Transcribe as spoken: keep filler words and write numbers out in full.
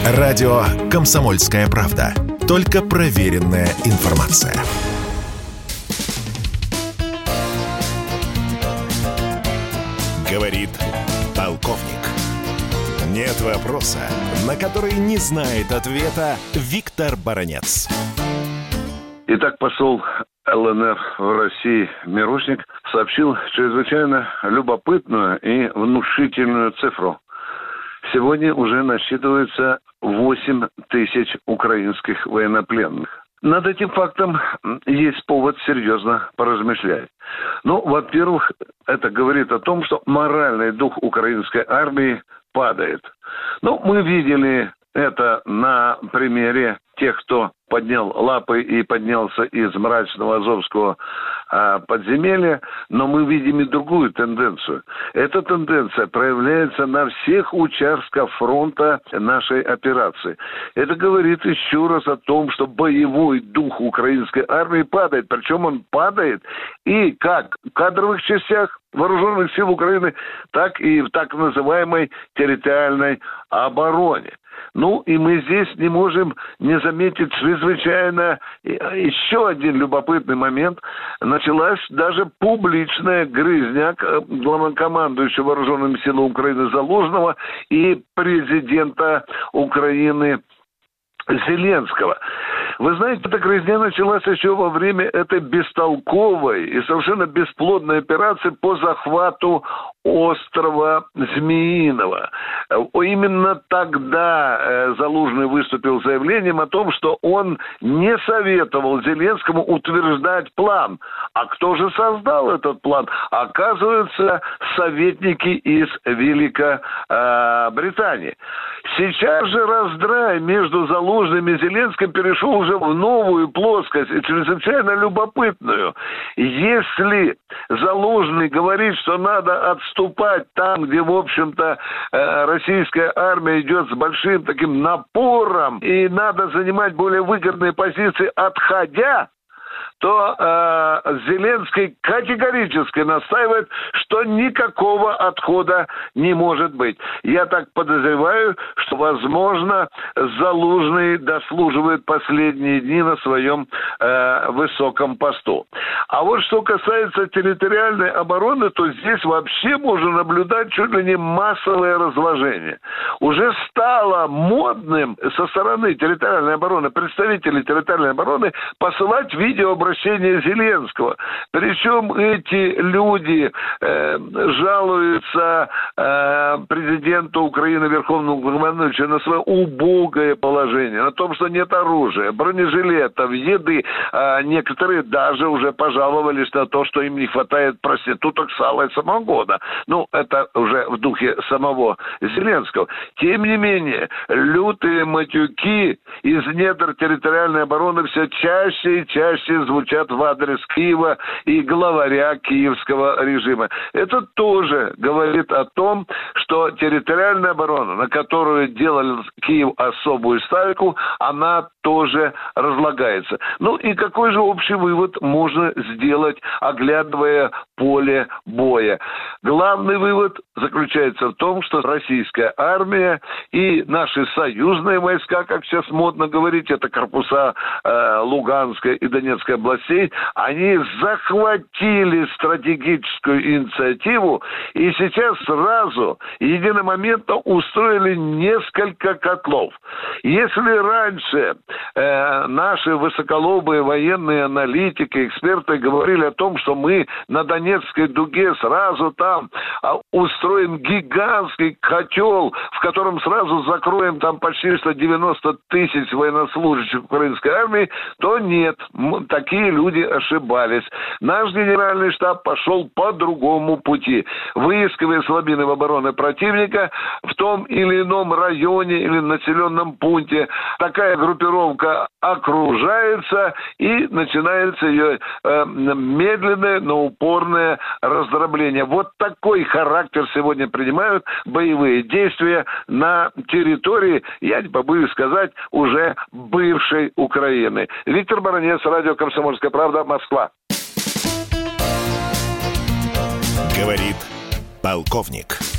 Радио «Комсомольская правда». Только проверенная информация. Говорит полковник. Нет вопроса, на который не знает ответа Виктор Баранец. Итак, посол эл эн эр в России Мирошник сообщил чрезвычайно любопытную и внушительную цифру. Сегодня уже насчитывается восемь тысяч украинских военнопленных. Над этим фактом есть повод серьезно поразмышлять. Ну, во-первых, это говорит о том, что моральный дух украинской армии падает. Ну, мы видели это на примере тех, кто поднял лапы и поднялся из мрачного азовского а, подземелья, но мы видим и другую тенденцию. Эта тенденция проявляется на всех участках фронта нашей операции. Это говорит еще раз о том, что боевой дух украинской армии падает. Причем он падает и как в кадровых частях вооруженных сил Украины, так и в так называемой территориальной обороне. Ну, и мы здесь не можем не заметить чрезвычайно еще один любопытный момент. Началась даже публичная грызня главнокомандующего вооруженными силами Украины Залужного и президента Украины Зеленского. Вы знаете, эта грызня началась еще во время этой бестолковой и совершенно бесплодной операции по захвату острова Змеиного. Именно тогда Залужный выступил с заявлением о том, что он не советовал Зеленскому утверждать план. А кто же создал этот план? Оказывается, советники из Великобритании. Сейчас же раздрай между Залужным и Зеленским перешел уже в новую плоскость, и чрезвычайно любопытную. Если Залужный говорит, что надо отступать там, где, в общем-то, российская армия идет с большим таким напором, и надо занимать более выгодные позиции, отходя, то э, Зеленский категорически настаивает, что никакого отхода не может быть. Я так подозреваю, что, возможно, Залужный дослуживает последние дни на своем э, высоком посту. А вот что касается территориальной обороны, то здесь вообще можно наблюдать чуть ли не массовое разложение. Уже стало модным со стороны территориальной обороны, представителей территориальной обороны, посылать видеообращения Зеленского. Причем эти люди э, жалуются э, президенту Украины, Верховному главнокомандующему, на свое убогое положение, на том, что нет оружия, бронежилетов, еды. А некоторые даже уже пожаловались на то, что им не хватает проституток, сала и самогона. Ну, это уже в духе самого Зеленского. Тем не менее, лютые матюки из недр территориальной обороны все чаще и чаще звучат в адрес Киева и главаря киевского режима. Это тоже говорит о том, что территориальная оборона, на которую делал Киев особую ставку, она тоже разлагается. Ну и какой же общий вывод можно сделать, оглядывая поле боя? Главный вывод заключается в том, что российская армия и наши союзные войска, как сейчас модно говорить, это корпуса э, Луганской и Донецкой областей, они захватили стратегическую инициативу и сейчас сразу единомоментно устроили несколько котлов. Если раньше э, наши высоколобые военные аналитики, эксперты говорили о том, что мы на Донецкой дуге сразу там а, устроим гигантский котел, в котором сразу закроем там почти сто девяносто тысяч военнослужащих украинской армии, то нет, такие люди ошибались. Наш генеральный штаб пошел по другому пути, выискивая слабины в обороне противника в том или ином районе или населенном пункте. Такая группировка окружается и начинается ее э, медленное, но упорное раздробление. Вот такой характер сегодня принимают боевые действия на территории, я не побоюсь сказать, уже бывшей Украины. Виктор Баранец, радио «Комсомольская правда», Москва. Говорит полковник.